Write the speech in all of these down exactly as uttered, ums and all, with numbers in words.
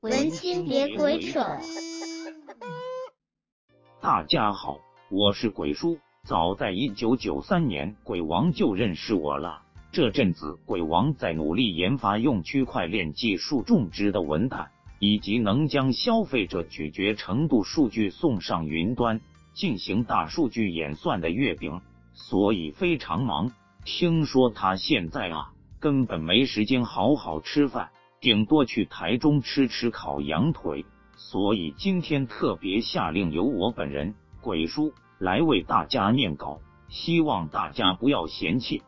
文青别鬼扯。 大家好，我是鬼叔。早在一九九三年，鬼王就认识我了。这阵子，鬼王在努力研发用区块链技术种植的文档，以及能将消费者咀嚼程度数据送上云端，进行大数据演算的月饼，所以非常忙。听说他现在啊，根本没时间好好吃饭，顶多去台中吃吃烤羊腿。所以今天特别下令由我本人鬼叔来为大家念稿，希望大家不要嫌弃。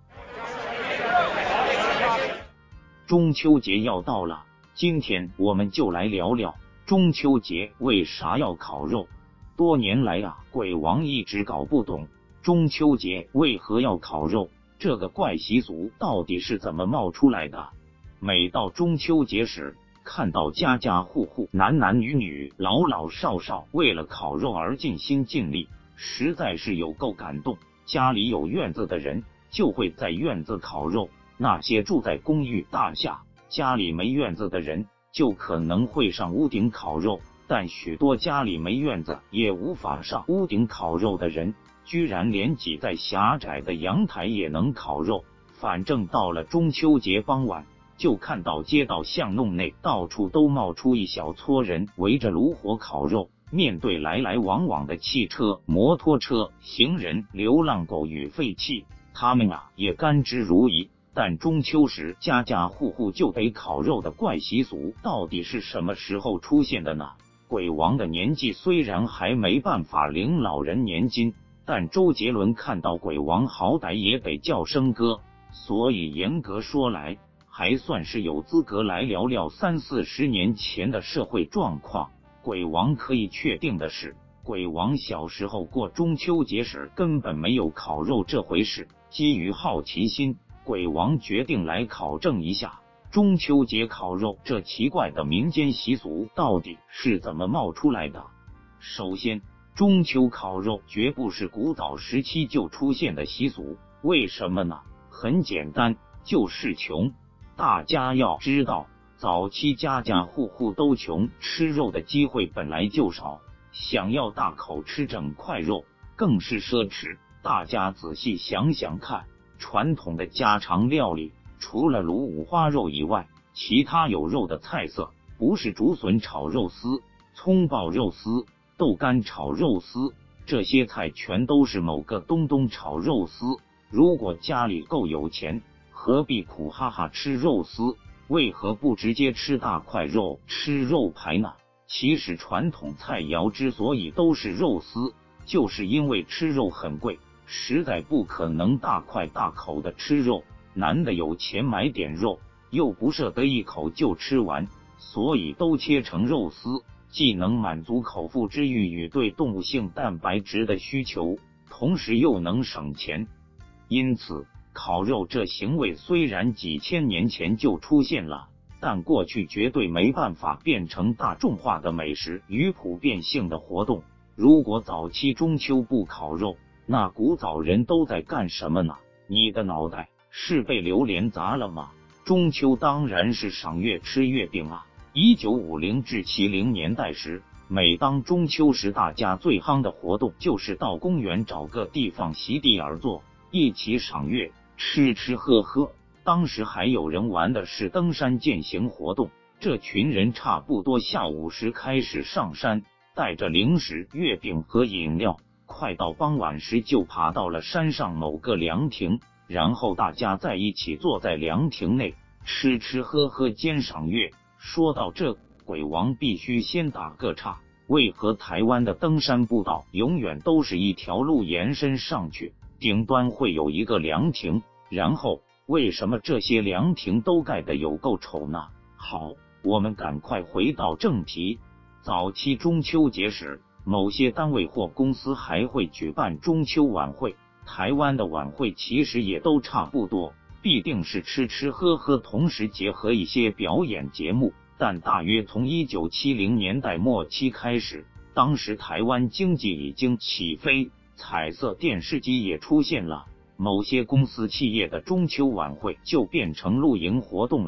中秋节要到了，今天我们就来聊聊中秋节为啥要烤肉。多年来啊，鬼王一直搞不懂中秋节为何要烤肉，这个怪习俗到底是怎么冒出来的。每到中秋节时，看到家家户户男男女女老老少少为了烤肉而尽心尽力，实在是有够感动。家里有院子的人就会在院子烤肉，那些住在公寓大厦家里没院子的人就可能会上屋顶烤肉，但许多家里没院子也无法上屋顶烤肉的人，居然连挤在狭窄的阳台也能烤肉。反正到了中秋节傍晚，就看到街道巷弄内到处都冒出一小撮人围着炉火烤肉。面对来来往往的汽车、摩托车、行人、流浪狗与废气，他们啊也甘之如饴。但中秋时家家户户就得烤肉的怪习俗到底是什么时候出现的呢？鬼王的年纪虽然还没办法领老人年金，但周杰伦看到鬼王好歹也得叫声哥，所以严格说来还算是有资格来聊聊三四十年前的社会状况。鬼王可以确定的是，鬼王小时候过中秋节时根本没有烤肉这回事。基于好奇心，鬼王决定来考证一下中秋节烤肉这奇怪的民间习俗到底是怎么冒出来的。首先，中秋烤肉绝不是古早时期就出现的习俗，为什么呢？很简单，就是穷。大家要知道，早期家家户户都穷，吃肉的机会本来就少，想要大口吃整块肉更是奢侈。大家仔细想想看，传统的家常料理除了卤五花肉以外，其他有肉的菜色不是竹笋炒肉丝、葱爆肉丝、豆干炒肉丝，这些菜全都是某个东东炒肉丝。如果家里够有钱，何必苦哈哈吃肉丝？为何不直接吃大块肉，吃肉排呢？其实传统菜肴之所以都是肉丝，就是因为吃肉很贵，实在不可能大块大口的吃肉，男的有钱买点肉又不舍得一口就吃完，所以都切成肉丝，既能满足口腹之欲与对动物性蛋白质的需求，同时又能省钱。因此烤肉这行为虽然几千年前就出现了，但过去绝对没办法变成大众化的美食与普遍性的活动。如果早期中秋不烤肉，那古早人都在干什么呢？你的脑袋是被榴莲砸了吗？中秋当然是赏月吃月饼啊！一九五零至七零年代时，每当中秋时，大家最夯的活动就是到公园找个地方席地而坐，一起赏月，吃吃喝喝。当时还有人玩的是登山健行活动，这群人差不多下午时开始上山，带着零食、月饼和饮料，快到傍晚时就爬到了山上某个凉亭，然后大家在一起坐在凉亭内吃吃喝喝兼赏月。说到这，鬼王必须先打个岔，为何台湾的登山步道永远都是一条路延伸上去，顶端会有一个凉亭？然后为什么这些凉亭都盖得有够丑呢？好，我们赶快回到正题。早期中秋节时，某些单位或公司还会举办中秋晚会。台湾的晚会其实也都差不多，必定是吃吃喝喝，同时结合一些表演节目。但大约从一九七零年代末期开始，当时台湾经济已经起飞，彩色电视机也出现了，某些公司企业的中秋晚会就变成露营活动了。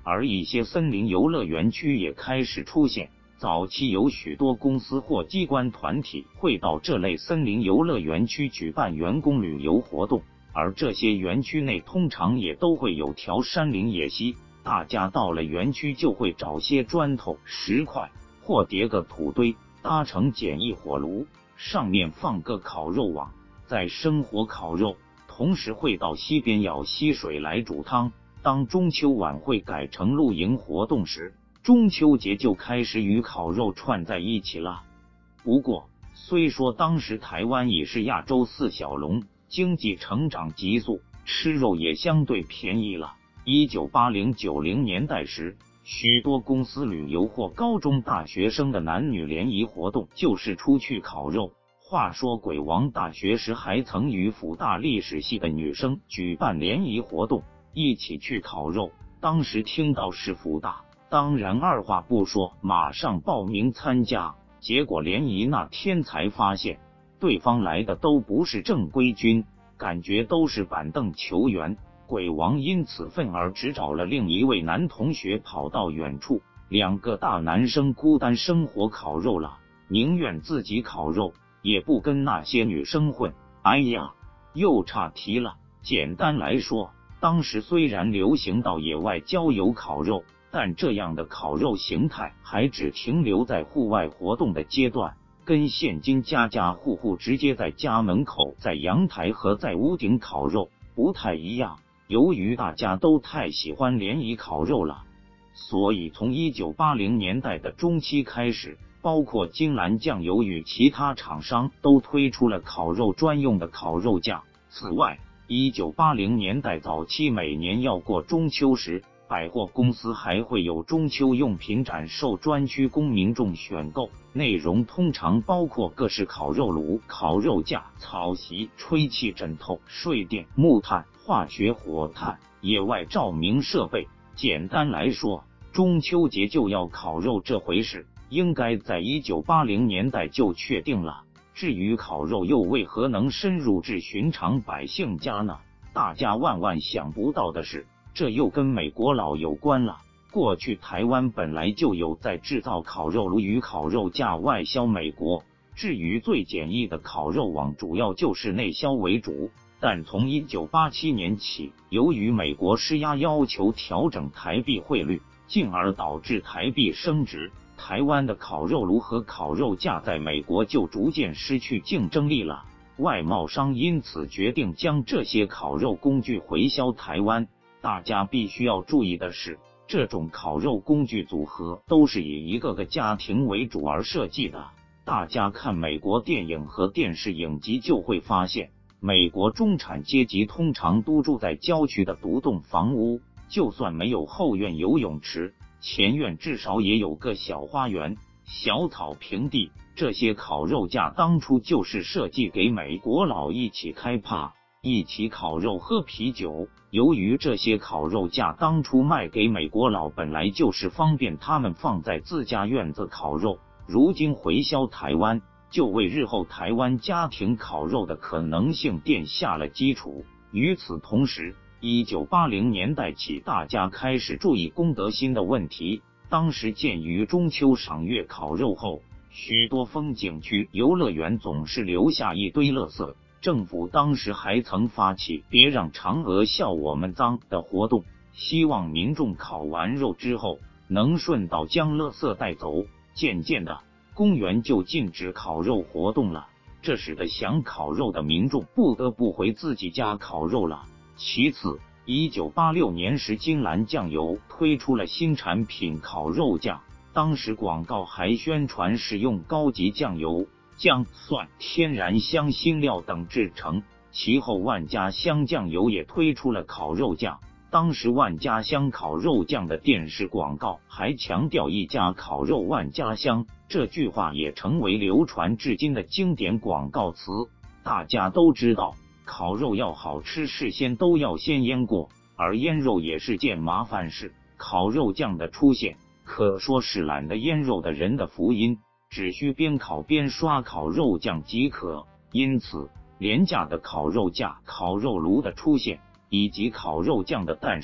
而一些森林游乐园区也开始出现。早期有许多公司或机关团体会到这类森林游乐园区举办员工旅游活动，而这些园区内通常也都会有条山林野溪，大家到了园区就会找些砖头、石块或叠个土堆，搭成简易火炉，上面放个烤肉网，再生火烤肉，同时会到溪边舀溪水来煮汤。当中秋晚会改成露营活动时，中秋节就开始与烤肉串在一起了。不过，虽说当时台湾已是亚洲四小龙，经济成长急速，吃肉也相对便宜了。一九八零九零年代时，许多公司旅游或高中大学生的男女联谊活动就是出去烤肉。话说鬼王大学时还曾与辅大历史系的女生举办联谊活动，一起去烤肉。当时听到是辅大，当然二话不说马上报名参加，结果联谊那天才发现对方来的都不是正规军，感觉都是板凳球员。鬼王因此愤而只找了另一位男同学跑到远处，两个大男生孤单生火烤肉了，宁愿自己烤肉也不跟那些女生混。哎呀，又岔题了。简单来说，当时虽然流行到野外郊游烤肉，但这样的烤肉形态还只停留在户外活动的阶段，跟现今家家户户直接在家门口、在阳台和在屋顶烤肉不太一样。由于大家都太喜欢联谊烤肉了，所以从一九八零年代的中期开始，包括金兰酱油与其他厂商都推出了烤肉专用的烤肉架。此外，一九八零年代早期每年要过中秋时，百货公司还会有中秋用品展售专区供民众选购，内容通常包括各式烤肉炉、烤肉架、草席、吹气枕头、睡垫、木炭、化学火炭、野外照明设备。简单来说，中秋节就要烤肉这回事，应该在一九八零年代就确定了。至于烤肉又为何能深入至寻常百姓家呢？大家万万想不到的是，这又跟美国佬有关了。过去台湾本来就有在制造烤肉炉与烤肉架外销美国，至于最简易的烤肉网主要就是内销为主。但从一九八七年起，由于美国施压要求调整台币汇率，进而导致台币升值，台湾的烤肉炉和烤肉架在美国就逐渐失去竞争力了。外贸商因此决定将这些烤肉工具回销台湾。大家必须要注意的是，这种烤肉工具组合都是以一个个家庭为主而设计的。大家看美国电影和电视影集就会发现，美国中产阶级通常都住在郊区的独栋房屋，就算没有后院游泳池，前院至少也有个小花园、小草坪地。这些烤肉架当初就是设计给美国佬一起开趴、一起烤肉喝啤酒。由于这些烤肉架当初卖给美国佬本来就是方便他们放在自家院子烤肉，如今回销台湾，就为日后台湾家庭烤肉的可能性奠下了基础。与此同时，一九八零年代起，大家开始注意公德心的问题。当时鉴于中秋赏月烤肉后，许多风景区、游乐园总是留下一堆垃圾，政府当时还曾发起别让嫦娥笑我们脏的活动，希望民众烤完肉之后能顺道将垃圾带走。渐渐的，公园就禁止烤肉活动了，这使得想烤肉的民众不得不回自己家烤肉了。其次，一九八六年时，金兰酱油推出了新产品烤肉酱，当时广告还宣传使用高级酱油、姜、蒜、天然香辛料等制成。其后万家香酱油也推出了烤肉酱，当时万家香烤肉酱的电视广告还强调一家烤肉万家香，这句话也成为流传至今的经典广告词。大家都知道，烤肉要好吃，事先都要先腌过，而腌肉也是件麻烦事。烤肉酱的出现，可说是懒得腌肉的人的福音，只需边烤边刷烤肉酱即可。因此，廉价的烤肉架、烤肉炉的出现，以及烤肉酱的诞生，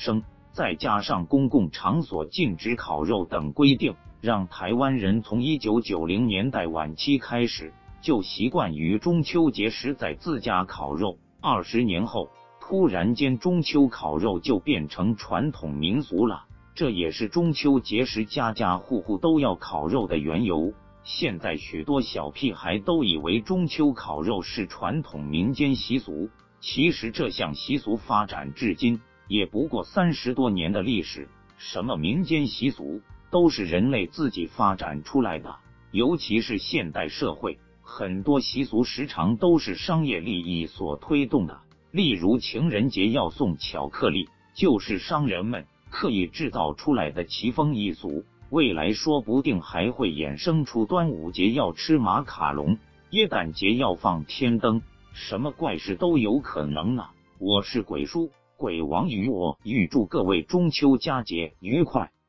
再加上公共场所禁止烤肉等规定，让台湾人从一九九零年代晚期开始就习惯于中秋节时在自家烤肉。二十年后，突然间中秋烤肉就变成传统民俗了，这也是中秋节时家家户户都要烤肉的缘由。现在许多小屁孩都以为中秋烤肉是传统民间习俗，其实这项习俗发展至今也不过三十多年的历史，什么民间习俗都是人类自己发展出来的。尤其是现代社会，很多习俗时常都是商业利益所推动的。例如情人节要送巧克力，就是商人们刻意制造出来的奇风异俗。未来说不定还会衍生出端午节要吃马卡龙，耶诞节要放天灯，什么怪事都有可能啊！我是鬼叔，鬼王与我预祝各位中秋佳节愉快。